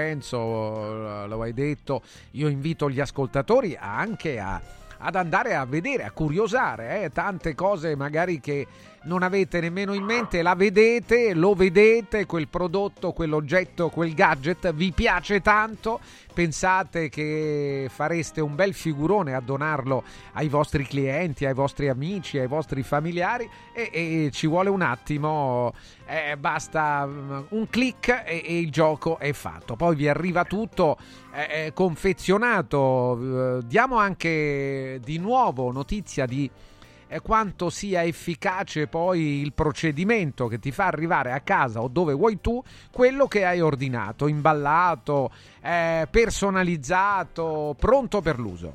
Vincenzo, lo hai detto. Io invito gli ascoltatori anche a ad andare a vedere, a curiosare, eh? Tante cose magari che non avete nemmeno in mente, la vedete, lo vedete, quel prodotto, quell'oggetto, quel gadget vi piace tanto, pensate che fareste un bel figurone a donarlo ai vostri clienti, ai vostri amici, ai vostri familiari, e, e ci vuole un attimo, eh, basta un click e, e il gioco è fatto. Poi vi arriva tutto eh, confezionato. Diamo anche di nuovo notizia di eh, quanto sia efficace poi il procedimento che ti fa arrivare a casa o dove vuoi tu quello che hai ordinato, imballato, eh, personalizzato, pronto per l'uso.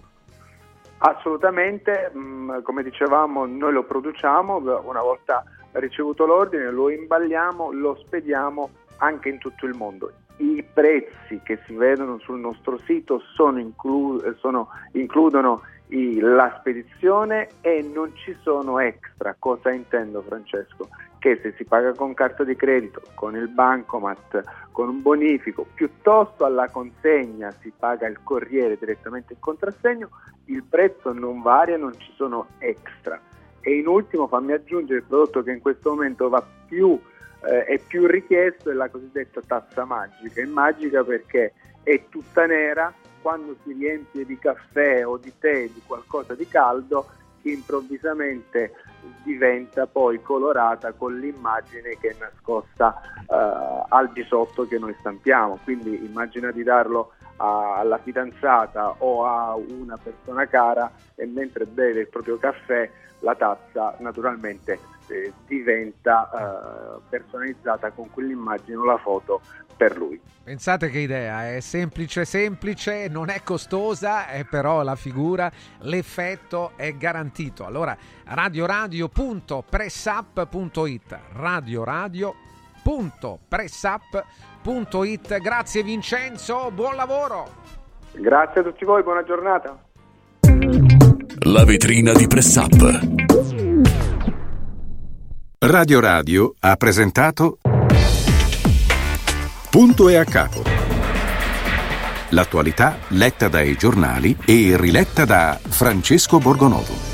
Assolutamente, mh, come dicevamo, noi lo produciamo, una volta ricevuto l'ordine lo imballiamo, lo spediamo anche in tutto il mondo. I prezzi che si vedono sul nostro sito sono inclu- sono, includono i, la spedizione e non ci sono extra. Cosa intendo, Francesco? Che se si paga con carta di credito, con il bancomat, con un bonifico, piuttosto alla consegna si paga il corriere direttamente in contrassegno, il prezzo non varia, non ci sono extra. E in ultimo fammi aggiungere il prodotto che in questo momento va più eh, è più richiesto, è la cosiddetta tazza magica. È magica perché è tutta nera, quando si riempie di caffè o di tè, di qualcosa di caldo, improvvisamente diventa poi colorata con l'immagine che è nascosta uh, al di sotto che noi stampiamo. Quindi immagina di darlo a, alla fidanzata o a una persona cara, e mentre beve il proprio caffè la tazza naturalmente eh, diventa eh, personalizzata con quell'immagine o la foto per lui. Pensate che idea, è semplice semplice, non è costosa, è però la figura, l'effetto è garantito. Allora radioradio punto pressup punto it, radioradio punto pressup punto it. Grazie Vincenzo, buon lavoro. Grazie a tutti voi, buona giornata. La vetrina di Pressup. Radio Radio ha presentato Punto e a capo. L'attualità letta dai giornali e riletta da Francesco Borgonovo.